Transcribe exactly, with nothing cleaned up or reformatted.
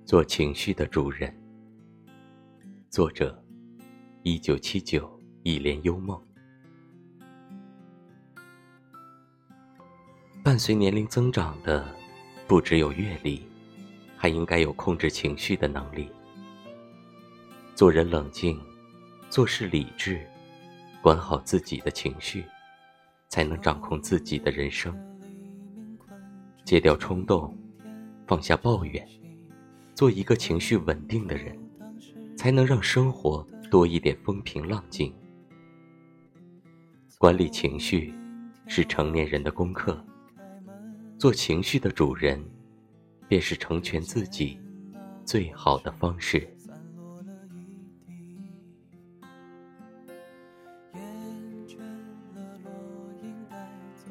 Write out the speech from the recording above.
做情绪的主人。作者：一九七九一帘幽梦。伴随年龄增长的，不只有阅历，还应该有控制情绪的能力。做人冷静，做事理智，管好自己的情绪，才能掌控自己的人生。戒掉冲动，放下抱怨，做一个情绪稳定的人，才能让生活多一点风平浪静。管理情绪是成年人的功课，做情绪的主人，便是成全自己最好的方式。